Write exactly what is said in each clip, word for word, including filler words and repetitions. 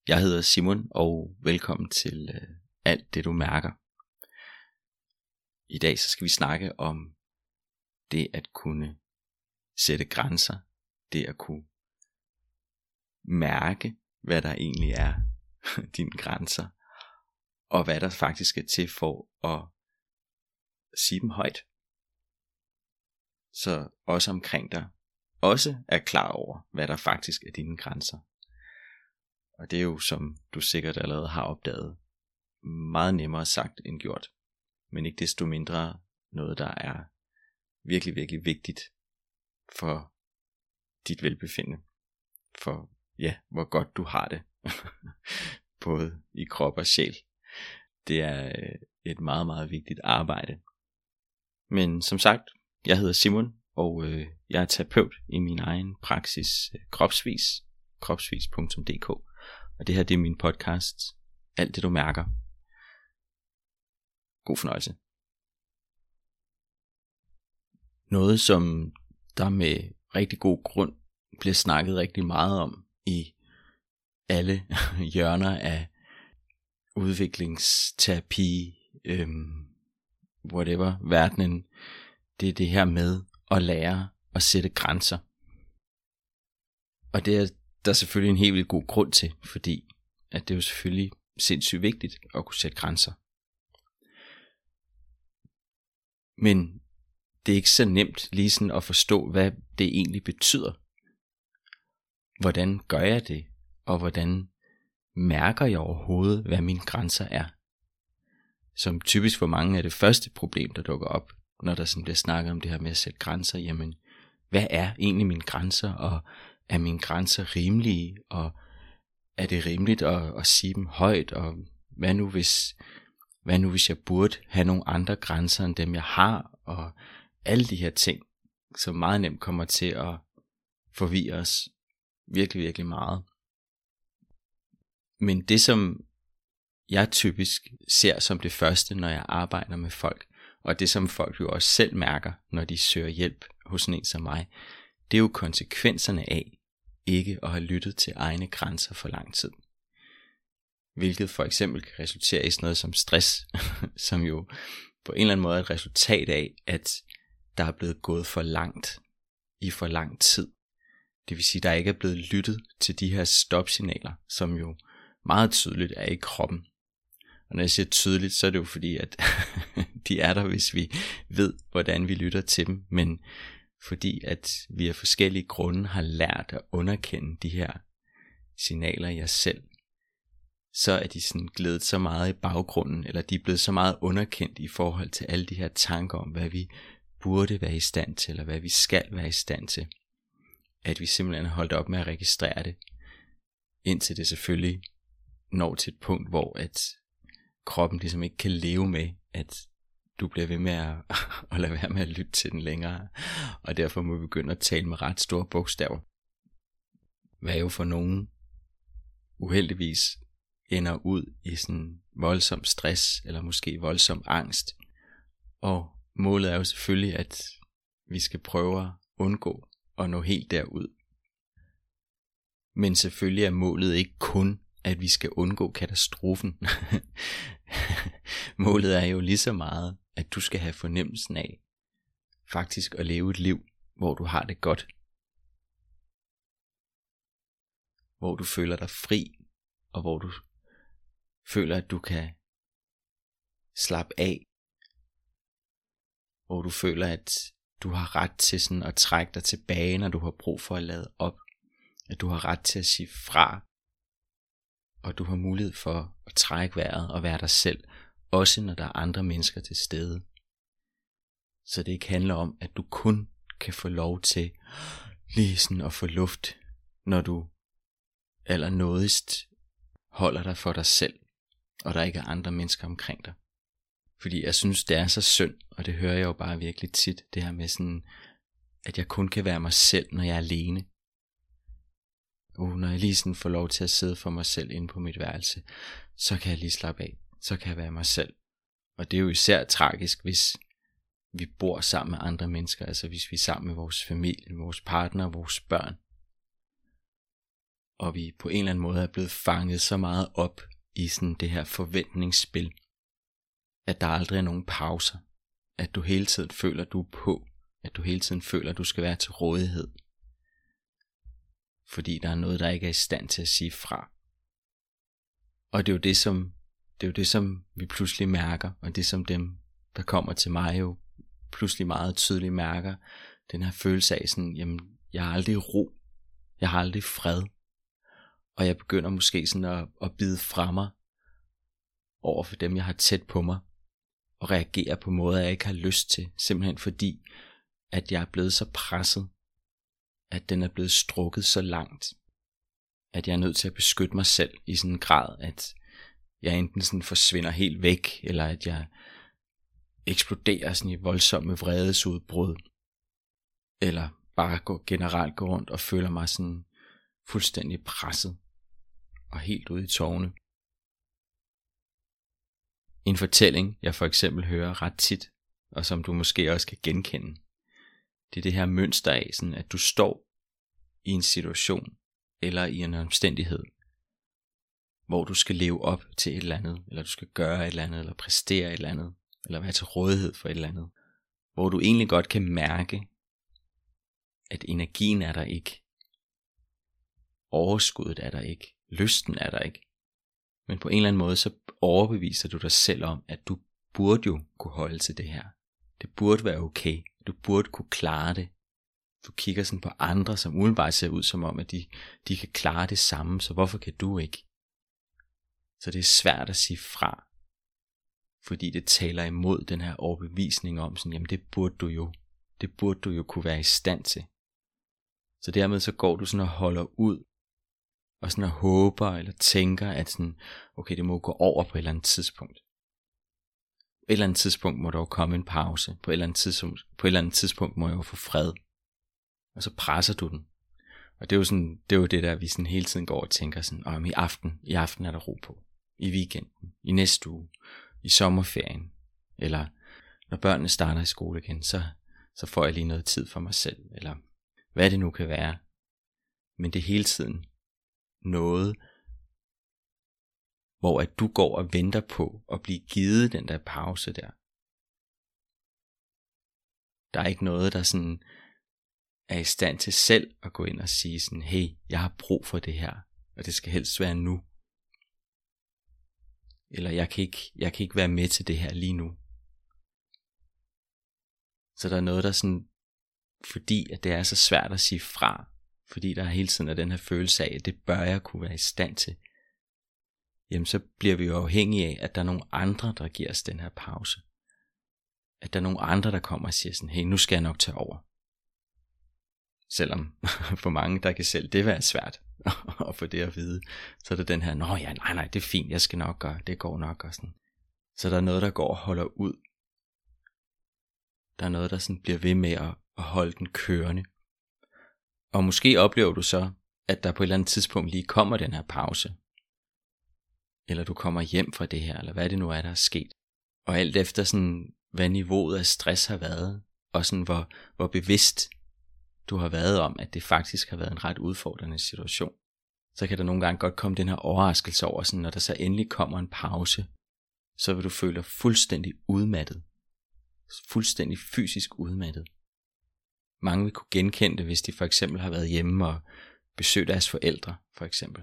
Jeg hedder Simon, og velkommen til øh, Alt det du mærker. I dag så skal vi snakke om det at kunne sætte grænser, det at kunne mærke, hvad der egentlig er dine grænser, og hvad der faktisk er til for at sige dem højt. Så også omkring dig også er klar over, hvad der faktisk er dine grænser. Og det er jo, som du sikkert allerede har opdaget, meget nemmere sagt end gjort. Men ikke desto mindre noget, der er virkelig, virkelig vigtigt for dit velbefindende. For ja, hvor godt du har det. Både i krop og sjæl. Det er et meget, meget vigtigt arbejde. Men som sagt, jeg hedder Simon, og øh, jeg er terapeut i min egen praksis øh, Kropsvis. kropsvis punktum d k. Og det her, det er min podcast, Alt det du mærker. God fornøjelse. Noget, som der med rigtig god grund bliver snakket rigtig meget om i alle hjørner af udviklingsterapi, øhm, whatever, verdenen, det er det her med at lære at sætte grænser. Og det er der er selvfølgelig en helt vildt god grund til, fordi at det er jo selvfølgelig sindssygt vigtigt at kunne sætte grænser. Men det er ikke så nemt lige sådan at forstå, hvad det egentlig betyder. Hvordan gør jeg det? Og hvordan mærker jeg overhovedet, hvad mine grænser er? Som typisk for mange er det første problem, der dukker op, når der sådan bliver snakket om det her med at sætte grænser. Jamen, hvad er egentlig mine grænser, og er mine grænser rimelige, og er det rimeligt at, at sige dem højt, og hvad nu hvis hvad nu hvis jeg burde have nogle andre grænser end dem jeg har, og alle de her ting, som meget nemt kommer til at forvirre os virkelig, virkelig meget. Men det som jeg typisk ser som det første, når jeg arbejder med folk, og det som folk jo også selv mærker, når de søger hjælp hos en som mig, det er jo konsekvenserne af ikke at have lyttet til egne grænser for lang tid. Hvilket for eksempel kan resultere i sådan noget som stress, som jo på en eller anden måde er et resultat af, at der er blevet gået for langt i for lang tid. Det vil sige, at der ikke er blevet lyttet til de her stopsignaler, som jo meget tydeligt er i kroppen. Og når jeg siger tydeligt, så er det jo fordi, at de er der, hvis vi ved, hvordan vi lytter til dem, men fordi at vi af forskellige grunde har lært at underkende de her signaler i os selv, så er de sådan glædet så meget i baggrunden, eller de er blevet så meget underkendt i forhold til alle de her tanker om, hvad vi burde være i stand til, eller hvad vi skal være i stand til, at vi simpelthen har holdt op med at registrere det, indtil det selvfølgelig når til et punkt, hvor at kroppen ligesom ikke kan leve med, at du bliver ved med at, at lade være med at lytte til den længere, og derfor må vi begynde at tale med ret store bogstaver. Hvad jo for nogen uheldigvis ender ud i sådan voldsom stress, eller måske voldsom angst. Og målet er jo selvfølgelig, at vi skal prøve at undgå at nå helt derud. Men selvfølgelig er målet ikke kun, at vi skal undgå katastrofen. Målet er jo lige så meget, at du skal have fornemmelsen af faktisk at leve et liv, hvor du har det godt. Hvor du føler dig fri, og hvor du føler, at du kan slappe af. Hvor du føler, at du har ret til sådan at trække dig tilbage, når du har brug for at lade op. At du har ret til at sige fra. Og du har mulighed for at trække vejret og være dig selv, også når der er andre mennesker til stede. Så det ikke handler om, at du kun kan få lov til lige sådan at få luft, når du allernådigst holder dig for dig selv, og der ikke er andre mennesker omkring dig. Fordi jeg synes, det er så synd, og det hører jeg jo bare virkelig tit, det her med sådan, at jeg kun kan være mig selv, når jeg er alene. Uh, når jeg lige sådan får lov til at sidde for mig selv inde på mit værelse, så kan jeg lige slappe af, så kan jeg være mig selv. Og det er jo især tragisk, hvis vi bor sammen med andre mennesker, altså hvis vi er sammen med vores familie, vores partner, vores børn. og vi på en eller anden måde er blevet fanget så meget op i sådan det her forventningsspil, at der aldrig er nogen pauser, at du hele tiden føler, at du er på, at du hele tiden føler, at du skal være til rådighed, fordi der er noget, der ikke er i stand til at sige fra. Og det er jo det, som, det er jo det, som vi pludselig mærker, og det som dem, der kommer til mig, jo pludselig meget tydeligt mærker, den her følelse af sådan, jamen, jeg har aldrig ro, jeg har aldrig fred, og jeg begynder måske sådan at, at bide fra mig over for dem, jeg har tæt på mig, og reagere på måder, jeg ikke har lyst til, simpelthen fordi, at jeg er blevet så presset, at den er blevet strukket så langt, at jeg er nødt til at beskytte mig selv i sådan en grad, at jeg enten sådan forsvinder helt væk, eller at jeg eksploderer sådan i voldsomme vredesudbrud, eller bare går generelt går rundt og føler mig sådan fuldstændig presset og helt ude i tårne. En fortælling, jeg for eksempel hører ret tit, og som du måske også kan genkende, det er det her mønster af, sådan at du står i en situation eller i en omstændighed, hvor du skal leve op til et eller andet, eller du skal gøre et eller andet, eller præstere et eller andet, eller være til rådighed for et eller andet, hvor du egentlig godt kan mærke, at energien er der ikke, overskuddet er der ikke, lysten er der ikke, men på en eller anden måde så overbeviser du dig selv om, at du burde jo kunne holde til det her. Det burde være okay, du burde kunne klare det. Du kigger sådan på andre, som umiddelbart ser ud som om, at de, de kan klare det samme, så hvorfor kan du ikke? Så det er svært at sige fra, fordi det taler imod den her overbevisning om, sådan, jamen det burde du jo, det burde du jo kunne være i stand til. Så dermed så går du sådan og holder ud, og sådan og håber eller tænker, at sådan, okay, det må gå over på et eller andet tidspunkt. På et eller andet tidspunkt må der jo komme en pause, på et eller andet tidspunkt, på et eller andet tidspunkt må jeg jo få fred. Og så presser du den. Og det er jo sådan, det er jo det der, vi sådan hele tiden går og tænker sådan, om i aften, i aften er der ro på. I weekenden, i næste uge, i sommerferien, eller når børnene starter i skole igen, så, så får jeg lige noget tid for mig selv, eller hvad det nu kan være. Men det er hele tiden noget, hvor at du går og venter på at blive givet den der pause der. Der er ikke noget, der sådan er i stand til selv at gå ind og sige sådan, hey, jeg har brug for det her, og det skal helst være nu. Eller jeg kan ikke, jeg kan ikke være med til det her lige nu. Så der er noget, der sådan, fordi at det er så svært at sige fra, fordi der hele tiden er den her følelse af, at det bør jeg kunne være i stand til, jamen så bliver vi jo afhængige af, at der er nogle andre, der giver os den her pause. At der er nogle andre, der kommer og siger sådan, hey, nu skal jeg nok tage over. Selvom for mange, der kan selv det være svært at få det at vide, så er det den her, nå ja, nej, nej, det er fint, jeg skal nok gøre, det går nok og sådan. Så der er noget, der går og holder ud. Der er noget, der sådan bliver ved med at, at holde den kørende. Og måske oplever du så, at der på et eller andet tidspunkt lige kommer den her pause. Eller du kommer hjem fra det her, eller hvad det nu er, der er sket. Og alt efter sådan, hvad niveauet af stress har været, og sådan hvor, hvor bevidst du har været om, at det faktisk har været en ret udfordrende situation, så kan der nogle gange godt komme den her overraskelse over, sådan, når der så endelig kommer en pause, så vil du føle dig fuldstændig udmattet. Fuldstændig fysisk udmattet. Mange vil kunne genkende det, hvis de for eksempel har været hjemme og besøgt deres forældre, for eksempel.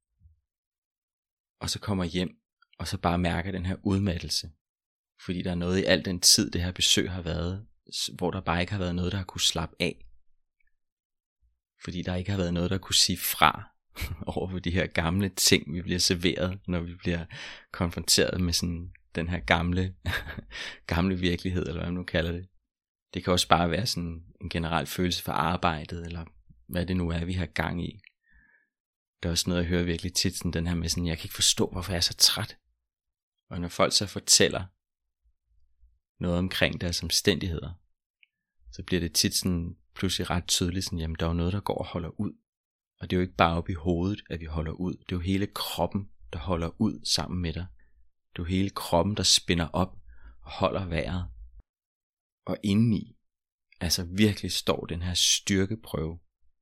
Og så kommer hjem, og så bare mærker den her udmattelse. Fordi der er noget i al den tid, det her besøg har været, hvor der bare ikke har været noget, der har kunne slappe af. Fordi der ikke har været noget, der kunne sige fra over for de her gamle ting, vi bliver serveret, når vi bliver konfronteret med sådan den her gamle, gamle virkelighed, eller hvad man nu kalder det. Det kan også bare være sådan en generel følelse for arbejdet, eller hvad det nu er, vi har gang i. Der er også noget, jeg hører virkelig tit, sådan den her med sådan, jeg kan ikke forstå, hvorfor jeg er så træt. Og når folk så fortæller noget omkring deres omstændigheder, så bliver det tit sådan pludselig ret tydeligt, sådan, jamen der er jo noget, der går og holder ud. Og det er jo ikke bare oppe i hovedet, at vi holder ud. Det er jo hele kroppen, der holder ud sammen med dig. Det er jo hele kroppen, der spænder op og holder vejret. Og indeni, altså virkelig står den her styrkeprøve.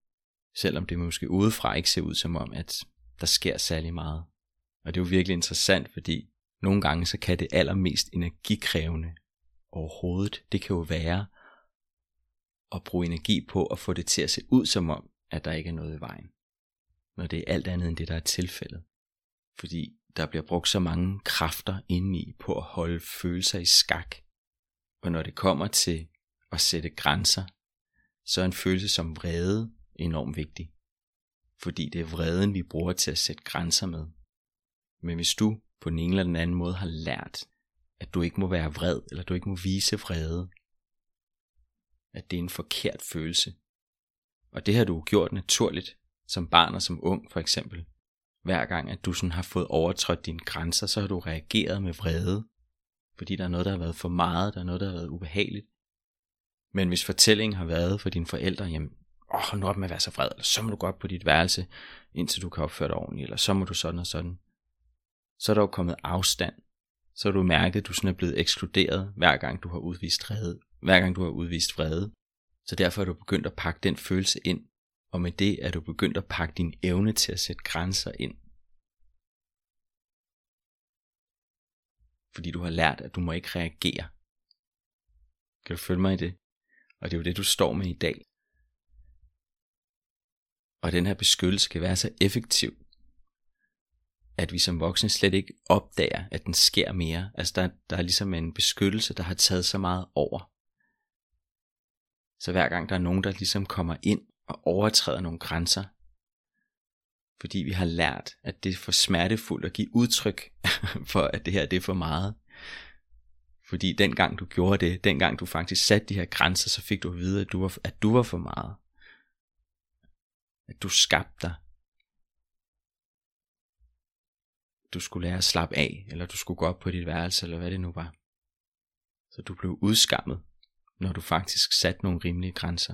Selvom det måske udefra ikke ser ud som om, at der sker særlig meget. Og det er jo virkelig interessant, fordi nogle gange så kan det allermest energikrævende overhovedet, det kan jo være at bruge energi på at få det til at se ud som om, at der ikke er noget i vejen. Når det er alt andet end det, der er tilfældet. Fordi der bliver brugt så mange kræfter indeni på at holde følelser i skak. Og når det kommer til at sætte grænser, så er en følelse som vrede enormt vigtig. Fordi det er vreden, vi bruger til at sætte grænser med. Men hvis du på den ene eller den anden måde har lært, at du ikke må være vred, eller du ikke må vise vrede, at det er en forkert følelse. Og det har du gjort naturligt, som barn og som ung for eksempel. Hver gang at du sådan har fået overtrådt dine grænser, så har du reageret med vrede. Fordi der er noget, der har været for meget, der er noget, der har været ubehageligt. Men hvis fortællingen har været for dine forældre, jamen, åh, hold nu op med at være så vred, eller så må du gå op på dit værelse, indtil du kan opføre dig ordentligt, eller så må du sådan og sådan. Så er der jo kommet afstand. Så har du mærket, at du sådan er blevet ekskluderet, hver gang du har udvist vrede. Hver gang du har udvist vrede. Så derfor er du begyndt at pakke den følelse ind. Og med det er du begyndt at pakke din evne til at sætte grænser ind. Fordi du har lært, at du må ikke reagere. Kan du følge mig i det? Og det er jo det, du står med i dag. Og den her beskyttelse skal være så effektiv, at vi som voksne slet ikke opdager, at den sker mere. Altså der, der er ligesom en beskyttelse, der har taget så meget over. Så hver gang der er nogen, der ligesom kommer ind og overtræder nogle grænser, fordi vi har lært, at det er for smertefuldt at give udtryk for, at det her det er for meget. Fordi dengang du gjorde det, dengang du faktisk satte de her grænser, så fik du at vide, at du var, at du var for meget. At du skabte dig. Du skulle lære at slappe af, eller du skulle gå op på dit værelse, eller hvad det nu var. Så du blev udskammet, når du faktisk satte nogle rimelige grænser.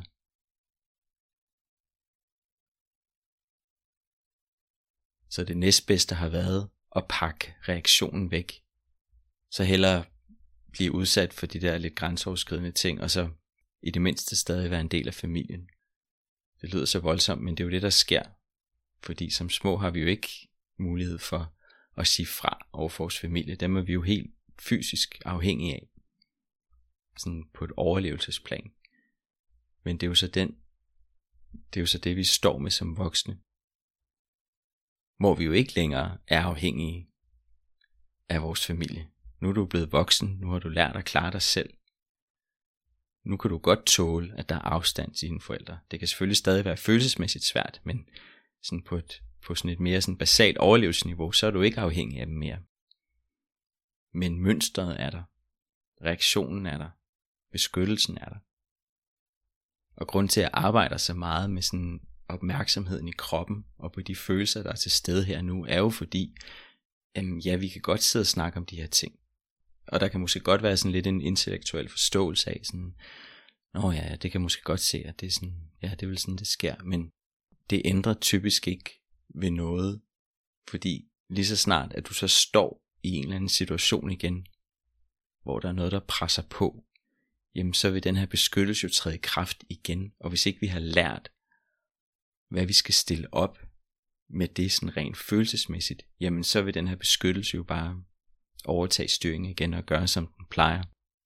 Så det næstbedste har været at pakke reaktionen væk. Så hellere blive udsat for de der lidt grænseoverskridende ting, og så i det mindste stadig være en del af familien. Det lyder så voldsomt, men det er jo det, der sker. Fordi som små har vi jo ikke mulighed for at sige fra over for vores familie. Dem er vi jo helt fysisk afhængige af. Sådan på et overlevelsesplan. Men det er jo så den, det er jo så det, vi står med som voksne. Hvor vi jo ikke længere er afhængige af vores familie. Nu er du blevet voksen, nu har du lært at klare dig selv. Nu kan du godt tåle, at der er afstand til dine forældre. Det kan selvfølgelig stadig være følelsesmæssigt svært, men sådan på, et, på sådan et mere sådan basalt overlevelsesniveau, så er du ikke afhængig af dem mere. Men mønstret er der. Reaktionen er der. Beskyttelsen er der. Og grund til at jeg arbejder så meget med sådan opmærksomheden i kroppen og på de følelser, der er til stede her nu, er jo fordi, jamen, ja, vi kan godt sidde og snakke om de her ting. Og der kan måske godt være sådan lidt en intellektuel forståelse af sådan, nå ja, det kan måske godt se, at det er sådan, ja, det er vel sådan, det sker. Men det ændrer typisk ikke ved noget, fordi lige så snart, at du så står i en eller anden situation igen, hvor der er noget, der presser på, jamen så vil den her beskyttelse jo træde i kraft igen. Og hvis ikke vi har lært, hvad vi skal stille op med det sådan rent følelsesmæssigt, jamen så vil den her beskyttelse jo bare overtage styringen igen og gøre som den plejer.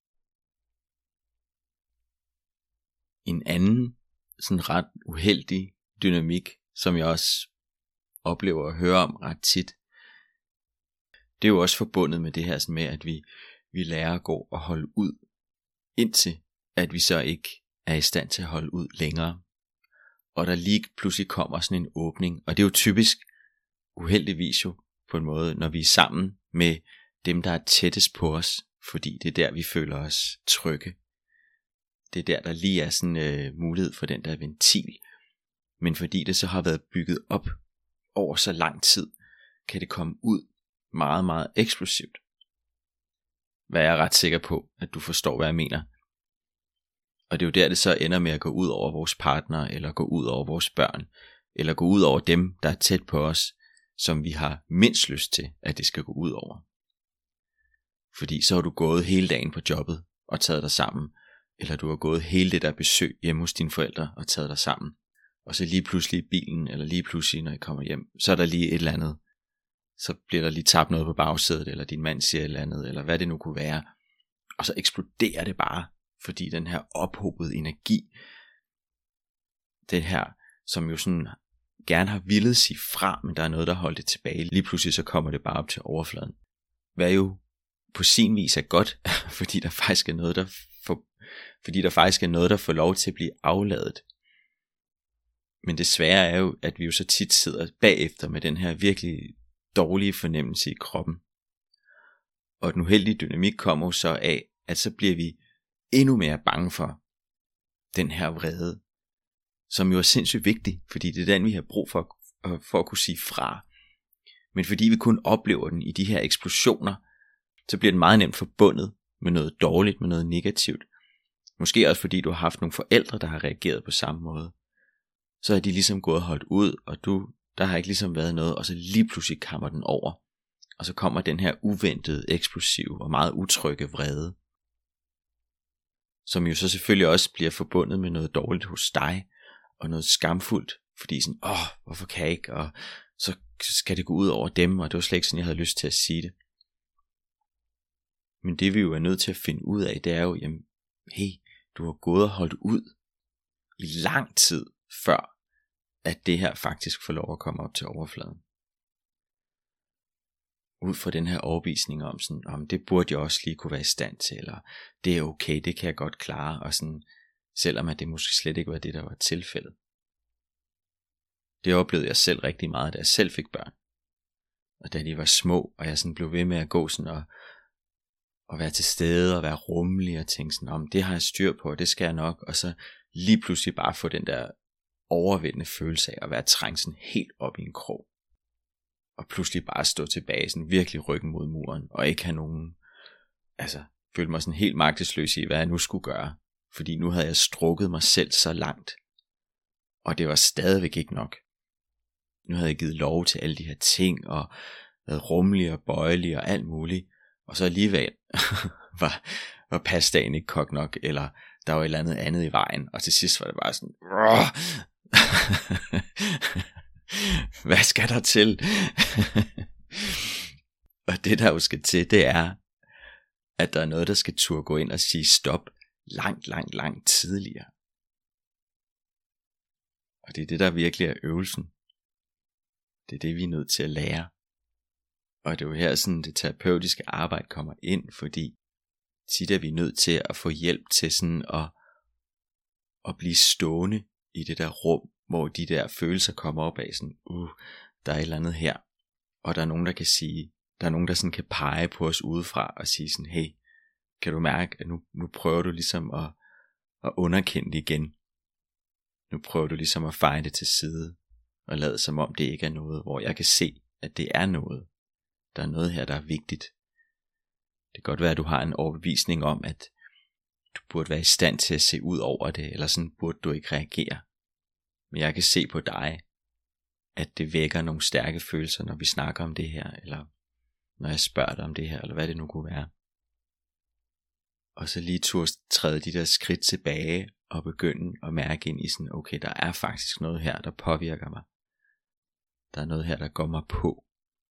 En anden sådan ret uheldig dynamik, som jeg også oplever at høre om ret tit, det er jo også forbundet med det her sådan med, at vi, vi lærer at gå og holde ud, indtil at vi så ikke er i stand til at holde ud længere. Og der lige pludselig kommer sådan en åbning, og det er jo typisk uheldigvis jo på en måde, når vi er sammen med dem, der er tættest på os, fordi det er der, vi føler os trygge. Det er der, der lige er sådan øh, mulighed for den der ventil. Men fordi det så har været bygget op over så lang tid, kan det komme ud meget, meget eksplosivt. Hvad jeg er ret sikker på, at du forstår, hvad jeg mener. Og det er jo der, det så ender med at gå ud over vores partner, eller gå ud over vores børn, eller gå ud over dem, der er tæt på os, som vi har mindst lyst til, at det skal gå ud over. Fordi så har du gået hele dagen på jobbet og taget dig sammen, eller du har gået hele det der besøg hjemme hos dine forældre og taget dig sammen, og så lige pludselig i bilen, eller lige pludselig når I kommer hjem, så er der lige et eller andet, så bliver der lige tabt noget på bagsædet, eller din mand siger et eller andet, eller hvad det nu kunne være, og så eksploderer det bare, fordi den her ophobede energi, det her, som jo sådan gerne har villet sige fra, men der er noget, der holder det tilbage, lige pludselig så kommer det bare op til overfladen. Hvad jo på sin vis er godt, fordi der faktisk er noget, der får, fordi der faktisk er noget, der får lov til at blive afladet. Men det svære er jo, at vi jo så tit sidder bagefter med den her virkelig dårlige fornemmelse i kroppen. Og den uheldige dynamik kommer jo så af, at så bliver vi endnu mere bange for den her vrede, som jo er sindssygt vigtig, fordi det er den, vi har brug for, for at kunne sige fra. Men fordi vi kun oplever den i de her eksplosioner, så bliver den meget nemt forbundet med noget dårligt, med noget negativt. Måske også fordi du har haft nogle forældre, der har reageret på samme måde. Så er de ligesom gået og holdt ud, og du, der har ikke ligesom været noget, og så lige pludselig kammer den over. Og så kommer den her uventede, eksplosive og meget utrygge vrede, som jo så selvfølgelig også bliver forbundet med noget dårligt hos dig, og noget skamfuldt, fordi sådan, åh, hvorfor kan jeg ikke, og så skal det gå ud over dem, og det var slet ikke sådan, jeg havde lyst til at sige det. Men det vi jo er nødt til at finde ud af, det er jo, jamen, hey, du har gået og holdt ud i lang tid, før at det her faktisk får lov at komme op til overfladen. Ud fra den her overbevisning om sådan, om det burde jeg også lige kunne være i stand til, eller det er okay, det kan jeg godt klare, og sådan, selvom at det måske slet ikke var det, der var tilfældet. Det oplevede jeg selv rigtig meget, da jeg selv fik børn. Og da de var små, og jeg sådan blev ved med at gå sådan og, og være til stede, og være rummelig, og tænke sådan, om det har jeg styr på, og det skal jeg nok, og så lige pludselig bare få den der overvældende følelse af at være trængt sådan helt op i en krog. Og pludselig bare stå tilbage, sådan virkelig ryggen mod muren, og ikke have nogen, altså følte mig sådan helt magtesløs i, hvad jeg nu skulle gøre. Fordi nu havde jeg strukket mig selv så langt, og det var stadigvæk ikke nok. Nu havde jeg givet lov til alle de her ting, og været rummelig og bøjelig og alt muligt, og så alligevel var, var pastaen ikke kogt nok, eller der var et eller andet andet i vejen, og til sidst var det bare sådan, hvad skal der til? Og det der jo skal til, det er, at der er noget, der skal turde gå ind og sige stop, langt, langt, langt tidligere. Og det er det, der virkelig er øvelsen. Det er det, vi er nødt til at lære. Og det er jo her sådan, det terapeutiske arbejde kommer ind, fordi tit er vi nødt til at få hjælp til sådan at, at blive stående i det der rum, hvor de der følelser kommer op af sådan, uh, der er et eller andet her. Og der er nogen, der kan sige, der er nogen, der sådan kan pege på os udefra og sige sådan, hey, kan du mærke, at nu, nu prøver du ligesom at, at underkende det igen. Nu prøver du ligesom at feje det til side, og lade som om det ikke er noget, hvor jeg kan se, at det er noget. Der er noget her, der er vigtigt. Det kan godt være, at du har en overbevisning om, at du burde være i stand til at se ud over det, eller sådan burde du ikke reagere. Men jeg kan se på dig, at det vækker nogle stærke følelser, når vi snakker om det her, eller når jeg spørger dig om det her, eller hvad det nu kunne være. Og så lige turde træde de der skridt tilbage, og begynde at mærke ind i sådan, okay, der er faktisk noget her, der påvirker mig. Der er noget her, der går mig på.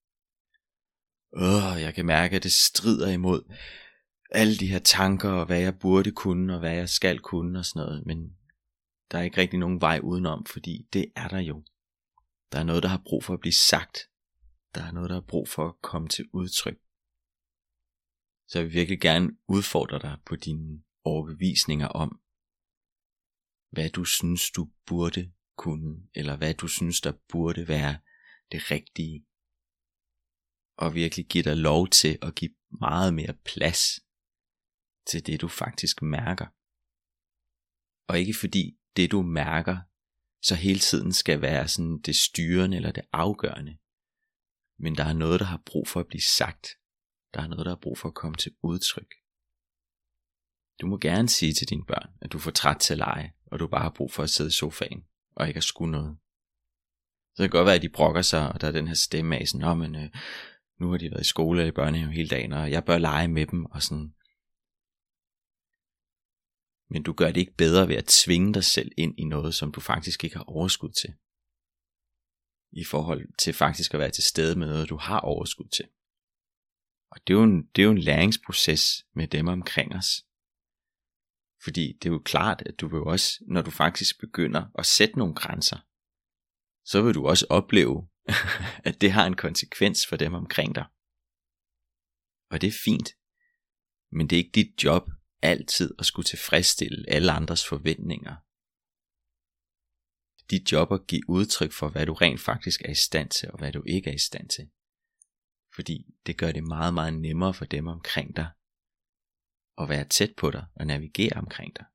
Åh, jeg kan mærke, at det strider imod alle de her tanker, og hvad jeg burde kunne, og hvad jeg skal kunne, og sådan noget. Men der er ikke rigtig nogen vej udenom, fordi det er der jo. Der er noget, der har brug for at blive sagt. Der er noget, der har brug for at komme til udtryk. Så jeg vil virkelig gerne udfordre dig på dine overbevisninger om, hvad du synes, du burde kunne, eller hvad du synes, der burde være det rigtige. Og virkelig give dig lov til at give meget mere plads til det, du faktisk mærker. Og ikke fordi det, du mærker, så hele tiden skal være sådan det styrende eller det afgørende. Men der er noget, der har brug for at blive sagt. Der er noget, der har brug for at komme til udtryk. Du må gerne sige til dine børn, at du får træt til at lege, og du bare har brug for at sidde i sofaen, og ikke at skulle noget. Så det kan godt være, at de brokker sig, og der er den her stemme af sådan, Nå, men øh, nu har de været i skole eller i børnehave hele dagen, og jeg bør lege med dem, og sådan. Men du gør det ikke bedre ved at tvinge dig selv ind i noget, som du faktisk ikke har overskud til. I forhold til faktisk at være til stede med noget, du har overskud til. Og det er jo en, det er jo en læringsproces med dem omkring os. Fordi det er jo klart, at du vil også, når du faktisk begynder at sætte nogle grænser, så vil du også opleve, at det har en konsekvens for dem omkring dig. Og det er fint. Men det er ikke dit job altid at skulle tilfredsstille alle andres forventninger. Dit job at give udtryk for, hvad du rent faktisk er i stand til, og hvad du ikke er i stand til. Fordi det gør det meget, meget nemmere for dem omkring dig, at være tæt på dig, og navigere omkring dig.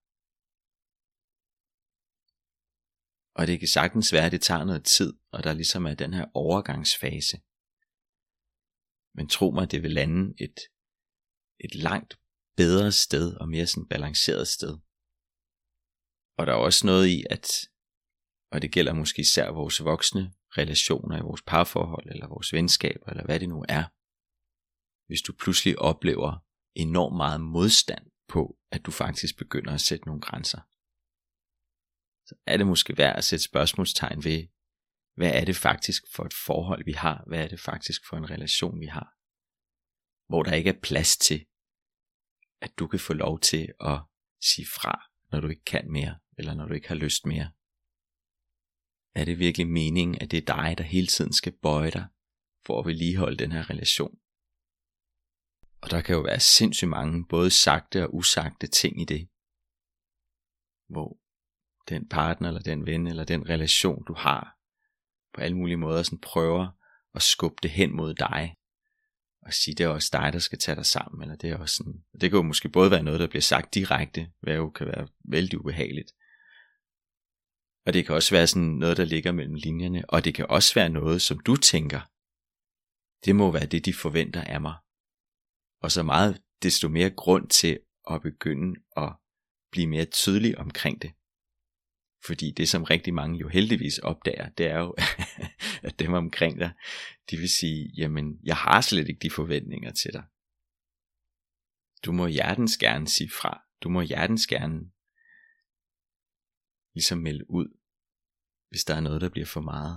Og det kan sagtens være, at det tager noget tid, og der ligesom er den her overgangsfase. Men tro mig, det vil lande et, et langt bedre sted, og mere sådan balanceret sted. Og der er også noget i, at, og det gælder måske især vores voksne relationer i vores parforhold, eller vores venskaber, eller hvad det nu er. Hvis du pludselig oplever enormt meget modstand på, at du faktisk begynder at sætte nogle grænser, så er det måske værd at sætte spørgsmålstegn ved, hvad er det faktisk for et forhold vi har, hvad er det faktisk for en relation vi har, hvor der ikke er plads til, at du kan få lov til at sige fra, når du ikke kan mere, eller når du ikke har lyst mere. Er det virkelig meningen, at det er dig, der hele tiden skal bøje dig, for at vedligeholde den her relation? Og der kan jo være sindssygt mange, både sagte og usagte ting i det, hvor den partner, eller den ven, eller den relation, du har, på alle mulige måder sådan prøver at skubbe det hen mod dig, og sige, det er også dig, der skal tage dig sammen, eller det er også sådan. Det kan jo måske både være noget, der bliver sagt direkte, hvad jo kan være vældig ubehageligt, og det kan også være sådan noget, der ligger mellem linjerne, og det kan også være noget, som du tænker, det må være det, de forventer af mig. Og så meget desto mere grund til at begynde at blive mere tydelig omkring det. Fordi det, som rigtig mange jo heldigvis opdager, det er jo, at dem omkring dig, de vil sige, jamen, jeg har slet ikke de forventninger til dig. Du må hjertens gerne sige fra. Du må hjertens gerne ligesom melde ud, hvis der er noget, der bliver for meget.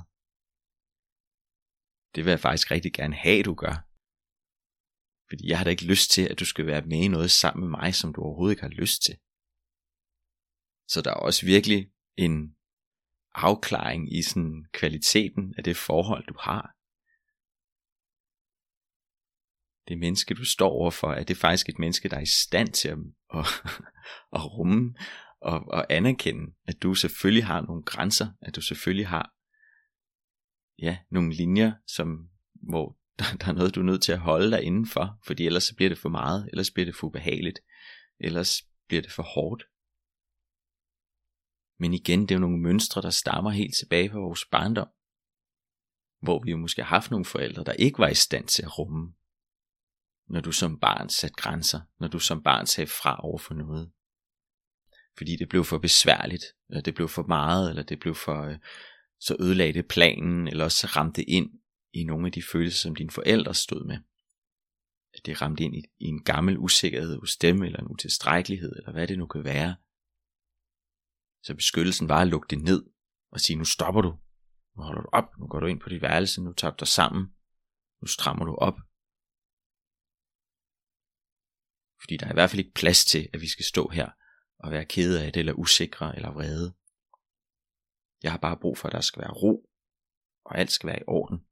Det vil jeg faktisk rigtig gerne have, du gør. Fordi jeg har da ikke lyst til, at du skal være med i noget sammen med mig, som du overhovedet ikke har lyst til. Så der er også virkelig en afklaring i sådan kvaliteten af det forhold, du har. Det menneske, du står overfor, er det faktisk et menneske, der er i stand til at, at, at rumme og, og anerkende, at du selvfølgelig har nogle grænser, at du selvfølgelig har ja, nogle linjer, som, hvor der, der er noget, du er nødt til at holde dig indenfor, fordi ellers så bliver det for meget, ellers bliver det for ubehageligt, ellers bliver det for hårdt. Men igen, det er jo nogle mønstre, der stammer helt tilbage fra vores barndom, hvor vi jo måske har haft nogle forældre, der ikke var i stand til at rumme, når du som barn satte grænser, når du som barn sagde fra over for noget. Fordi det blev for besværligt, eller det blev for meget, eller det blev for, øh, så ødelagde det planen, eller også ramte ind i nogle af de følelser, som dine forældre stod med. At det ramte ind i, i en gammel usikkerhed hos dem, eller en utilstrækkelighed, eller hvad det nu kan være. Så beskyttelsen var at lukke det ned, og sige, nu stopper du, nu holder du op, nu går du ind på dit værelse, nu tager du dig sammen, nu strammer du op. Fordi der er i hvert fald ikke plads til, at vi skal stå her og være kede af det, eller usikre, eller vrede. Jeg har bare brug for, at der skal være ro, og alt skal være i orden.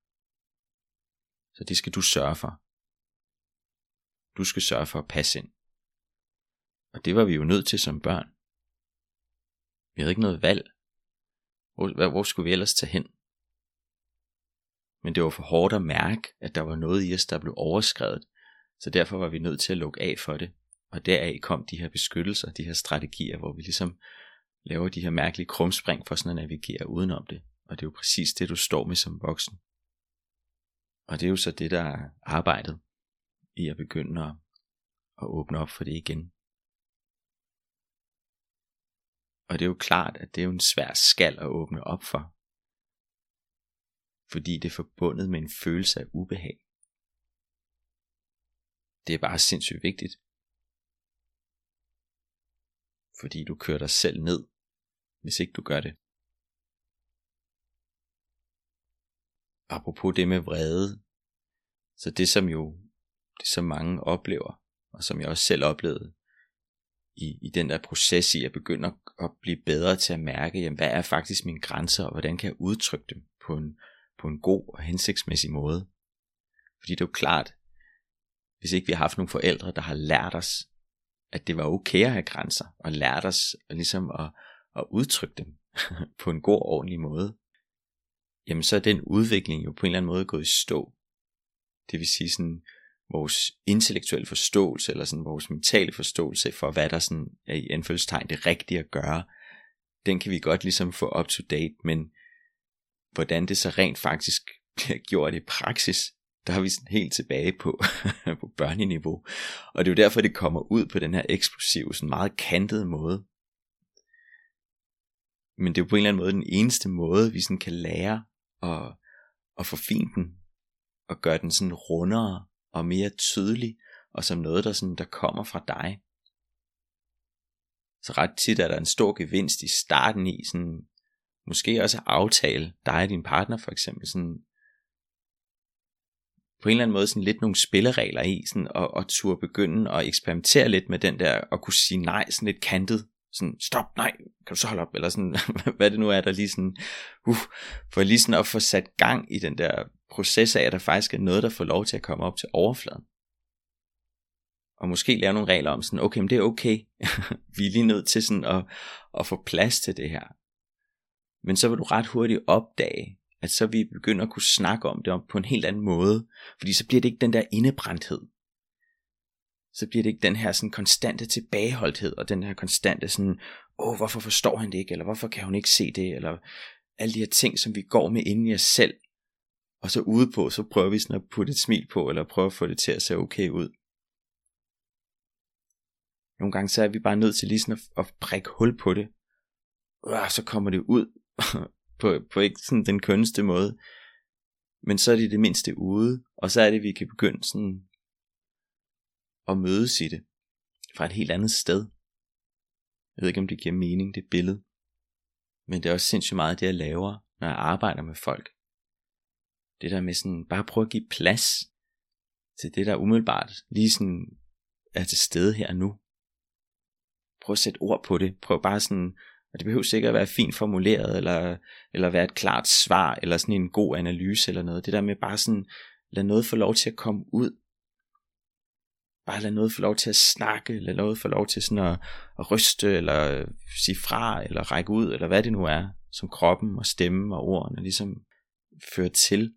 Så det skal du sørge for. Du skal sørge for at passe ind. Og det var vi jo nødt til som børn. Vi havde ikke noget valg. Hvor, hvor skulle vi ellers tage hen? Men det var for hårdt at mærke, at der var noget i os, der blev overskredet. Så derfor var vi nødt til at lukke af for det. Og deraf kom de her beskyttelser, de her strategier, hvor vi ligesom laver de her mærkelige krumspring for sådan at navigere udenom det. Og det er jo præcis det, du står med som voksen. Og det er jo så det, der er arbejdet i at begynde at, at åbne op for det igen. Og det er jo klart, at det er jo en svær skal at åbne op for. Fordi det er forbundet med en følelse af ubehag. Det er bare sindssygt vigtigt. fordi du kører dig selv ned, hvis ikke du gør det. Apropos det med vrede, så det som jo, det som mange oplever, og som jeg også selv oplevede, i, i den der proces i at begynde at blive bedre til at mærke, jamen, hvad er faktisk mine grænser, og hvordan kan jeg udtrykke dem på en, på en god og hensigtsmæssig måde. Fordi det er jo klart, hvis ikke vi har haft nogle forældre, der har lært os, at det var okay at have grænser, og lært os ligesom at, at udtrykke dem på en god og ordentlig måde, jamen så er den udvikling jo på en eller anden måde gået i stå. Det vil sige sådan, vores intellektuelle forståelse, eller sådan vores mentale forståelse for, hvad der sådan er i anførselstegn det rigtige at gøre, den kan vi godt ligesom få up to date, men hvordan det så rent faktisk bliver gjort i praksis, der er vi sådan helt tilbage på, på børneniveau. Og det er jo derfor, det kommer ud på den her eksplosive, sådan meget kantede måde. Men det er jo på en eller anden måde den eneste måde, vi sådan kan lære at, at forfine den, og gøre den sådan rundere og mere tydelig, og som noget, der, sådan, der kommer fra dig. Så ret tit er der en stor gevinst i starten i, sådan, måske også at aftale dig og din partner for eksempel, sådan, på en eller anden måde sådan lidt nogle spilleregler i, sådan, og, og turde begynde at eksperimentere lidt med den der, og kunne sige nej, sådan lidt kantet, sådan stop, nej, kan du så holde op, eller sådan, hvad det nu er, der lige sådan, uh, for lige sådan at få sat gang i den der proces af, at der faktisk er noget, der får lov til at komme op til overfladen. Og måske lave nogle regler om sådan, okay, men det er okay, vi er lige nødt til sådan at, at få plads til det her. Men så vil du ret hurtigt opdage, at så vi begynder at kunne snakke om det på en helt anden måde, fordi så bliver det ikke den der indebrændthed. Så bliver det ikke den her sådan konstante tilbageholdthed, og den her konstante sådan, åh, hvorfor forstår han det ikke, eller hvorfor kan hun ikke se det, eller alle de her ting, som vi går med inde i os selv, og så ude på, så prøver vi sådan at putte et smil på, eller prøve at få det til at se okay ud. Nogle gange så er vi bare nødt til lige sådan at, at prikke hul på det, og så kommer det ud, på, på ikke sådan den kønneste måde, men så er det det mindste ude, og så er det, vi kan begynde sådan at mødes i det, fra et helt andet sted. Jeg ved ikke, om det giver mening, det billede, men det er også sindssygt meget det, jeg laver, når jeg arbejder med folk. Det der med sådan, bare prøve at give plads til det, der umiddelbart lige sådan er til stede her nu. Prøv at sætte ord på det. Prøv bare sådan, og det behøver sikkert at være fint formuleret, eller, eller være et klart svar, eller sådan en god analyse eller noget. Det der med bare sådan, lad noget få lov til at komme ud. Bare lad noget få lov til at snakke, lad noget få lov til sådan at, at ryste, eller sige fra, eller række ud, eller hvad det nu er, som kroppen og stemmen og ordene ligesom fører til.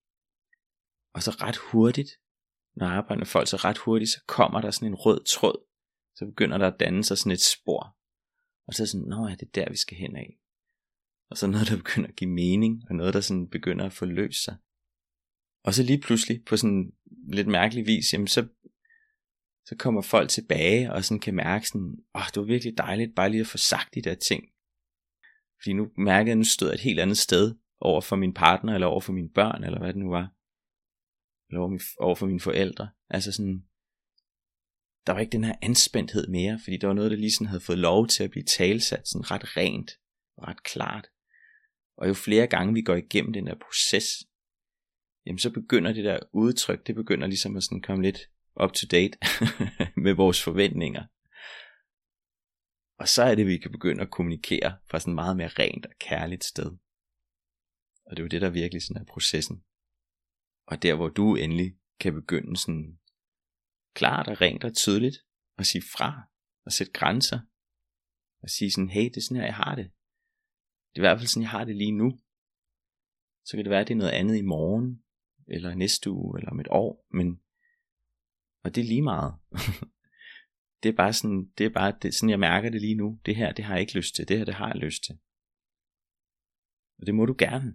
Og så ret hurtigt, når jeg arbejder med folk, så ret hurtigt, så kommer der sådan en rød tråd. Så begynder der at danne sig sådan et spor. Og så er sådan, nå ja, det er der vi skal hen af. Og så noget der begynder at give mening, og noget der sådan begynder at forløse sig. Og så lige pludselig, på sådan lidt mærkelig vis, jamen så, så kommer folk tilbage, og sådan kan mærke sådan, åh, det var virkelig dejligt, bare lige at få sagt de der ting. Fordi nu mærker jeg, at nu stod jeg et helt andet sted, over for min partner, eller over for mine børn, eller hvad det nu var. Eller over for mine forældre. Altså sådan, der var ikke den her anspændthed mere, fordi der var noget, der lige sådan havde fået lov til at blive talsat, sådan ret rent, og ret klart. Og jo flere gange vi går igennem den der proces, jamen så begynder det der udtryk, det begynder ligesom at sådan komme lidt up to date med vores forventninger. Og så er det, vi kan begynde at kommunikere fra sådan meget mere rent og kærligt sted. Og det er jo det, der virkelig sådan er processen. Og der, hvor du endelig kan begynde sådan klart og rent og tydeligt at sige fra og sætte grænser og sige sådan, hey, det er sådan her, jeg har det. Det er i hvert fald sådan, jeg har det lige nu. Så kan det være, at det er noget andet i morgen, eller næste uge, eller om et år, men og det er lige meget. Det er bare sådan, det er bare det, sådan, jeg mærker det lige nu. Det her, det har jeg ikke lyst til. Det her, det har jeg lyst til. Og det må du gerne.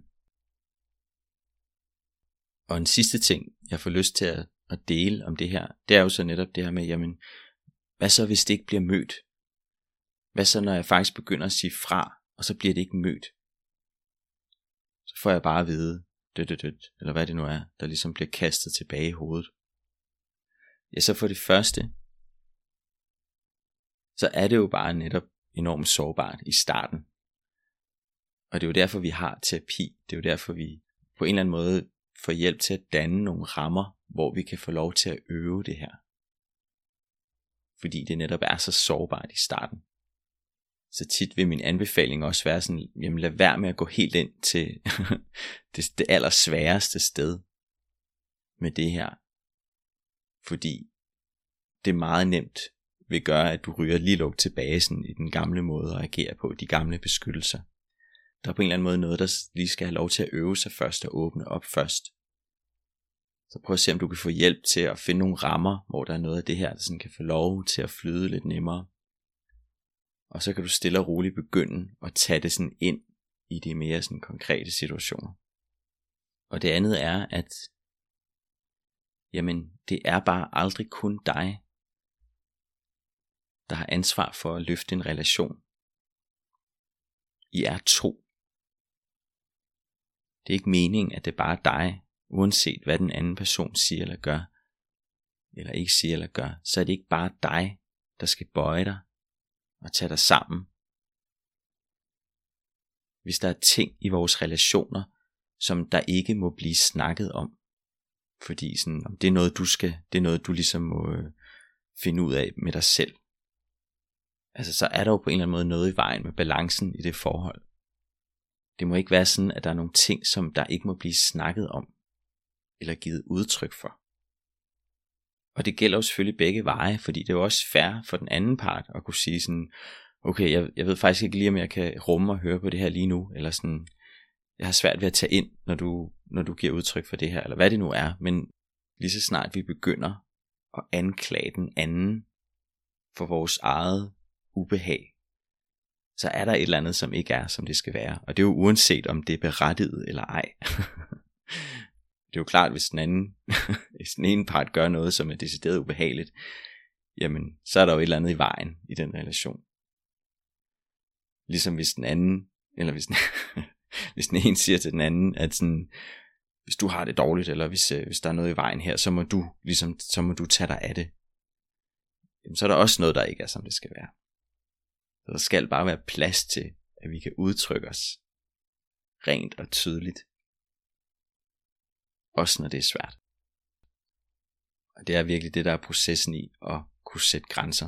Og en sidste ting, jeg får lyst til at, at dele om det her, det er jo så netop det her med, jamen, hvad så hvis det ikke bliver mødt? Hvad så når jeg faktisk begynder at sige fra, og så bliver det ikke mødt? Så får jeg bare at vide, død, død, død, eller hvad det nu er, der ligesom bliver kastet tilbage i hovedet. Ja, så for det første, så er det jo bare netop enormt sårbart i starten. Og det er jo derfor vi har terapi. Det er jo derfor vi på en eller anden måde får hjælp til at danne nogle rammer, hvor vi kan få lov til at øve det her. Fordi det netop er så sårbart i starten. Så tit vil min anbefaling også være sådan, jamen lad være med at gå helt ind til det, det allersværeste sted med det her. Fordi det meget nemt vil gøre, at du ryger lige lugt tilbage sådan, i den gamle måde at agere på, de gamle beskyttelser. Der er på en eller anden måde noget, der lige skal have lov til at øve sig først og åbne op først. Så prøv at se, om du kan få hjælp til at finde nogle rammer, hvor der er noget af det her, der sådan kan få lov til at flyde lidt nemmere. Og så kan du stille og roligt begynde at tage det sådan ind i de mere sådan konkrete situationer. Og det andet er, at jamen, det er bare aldrig kun dig, der har ansvar for at løfte en relation. I er to. Det er ikke meningen, at det bare er dig, uanset hvad den anden person siger eller gør, eller ikke siger eller gør, så er det ikke bare dig, der skal bøje dig og tage dig sammen. Hvis der er ting i vores relationer, som der ikke må blive snakket om, fordi sådan, om det er noget du skal, det er noget du ligesom må øh, finde ud af med dig selv. Altså så er der jo på en eller anden måde noget i vejen med balancen i det forhold. Det må ikke være sådan, at der er nogle ting, som der ikke må blive snakket om, eller givet udtryk for. Og det gælder jo selvfølgelig begge veje, fordi det er jo også fair for den anden part at kunne sige sådan, okay, jeg, jeg ved faktisk ikke lige, om jeg kan rumme og høre på det her lige nu, eller sådan, jeg har svært ved at tage ind, når du, når du giver udtryk for det her, eller hvad det nu er, men lige så snart vi begynder at anklage den anden for vores eget ubehag, så er der et eller andet, som ikke er, som det skal være. Og det er jo uanset, om det er berettiget eller ej. Det er jo klart, hvis den anden, hvis den ene part gør noget, som er decideret ubehageligt, jamen, så er der jo et eller andet i vejen i den relation. Ligesom hvis den anden, eller hvis den, hvis den ene siger til den anden, at sådan, hvis du har det dårligt, eller hvis, hvis der er noget i vejen her, så må du, ligesom, så må du tage dig af det. Jamen, så er der også noget, der ikke er, som det skal være. Så der skal bare være plads til, at vi kan udtrykke os rent og tydeligt. Også når det er svært. Og det er virkelig det, der er processen i at kunne sætte grænser.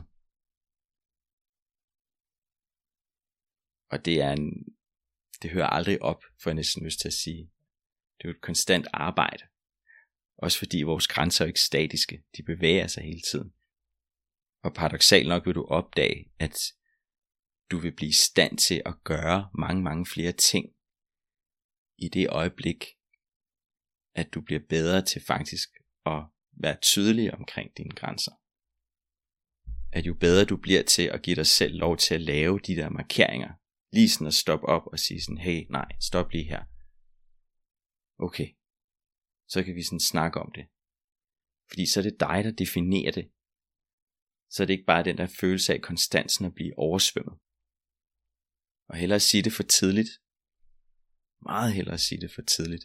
Og det er en, det hører aldrig op, for jeg næsten lyst til at sige. Det er jo et konstant arbejde. Også fordi vores grænser er ikke statiske. De bevæger sig hele tiden. Og paradoksalt nok vil du opdage, at du vil blive i stand til at gøre mange, mange flere ting i det øjeblik, at du bliver bedre til faktisk at være tydelig omkring dine grænser. At jo bedre du bliver til at give dig selv lov til at lave de der markeringer, lige sådan at stoppe op og sige sådan, hey, nej, stop lige her. Okay, så kan vi sådan snakke om det. Fordi så er det dig, der definerer det. Så er det ikke bare den der følelse af konstansen at blive oversvømmet. Og hellere sige det for tidligt. Meget hellere sige det for tidligt.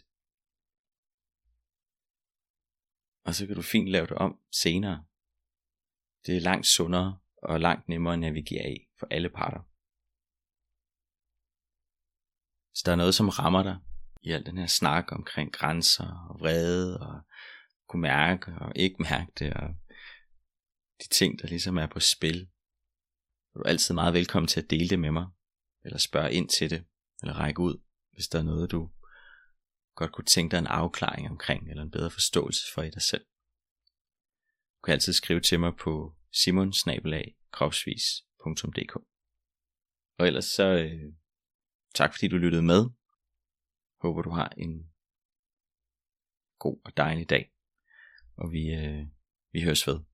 Og så kan du fint lave det om senere. Det er langt sundere og langt nemmere at navigere i for alle parter. Så der er noget, som rammer dig i al den her snak omkring grænser og vrede og kunne mærke og ikke mærke det og de ting, der ligesom er på spil. Du er altid meget velkommen til at dele det med mig, eller spørge ind til det, eller række ud, hvis der er noget, du godt kunne tænke dig en afklaring omkring, eller en bedre forståelse for i dig selv. Du kan altid skrive til mig på simon bindestreg kropsvis punktum d k. Og ellers så øh, tak fordi du lyttede med. Håber du har en god og dejlig dag. Og vi, øh, vi høres ved.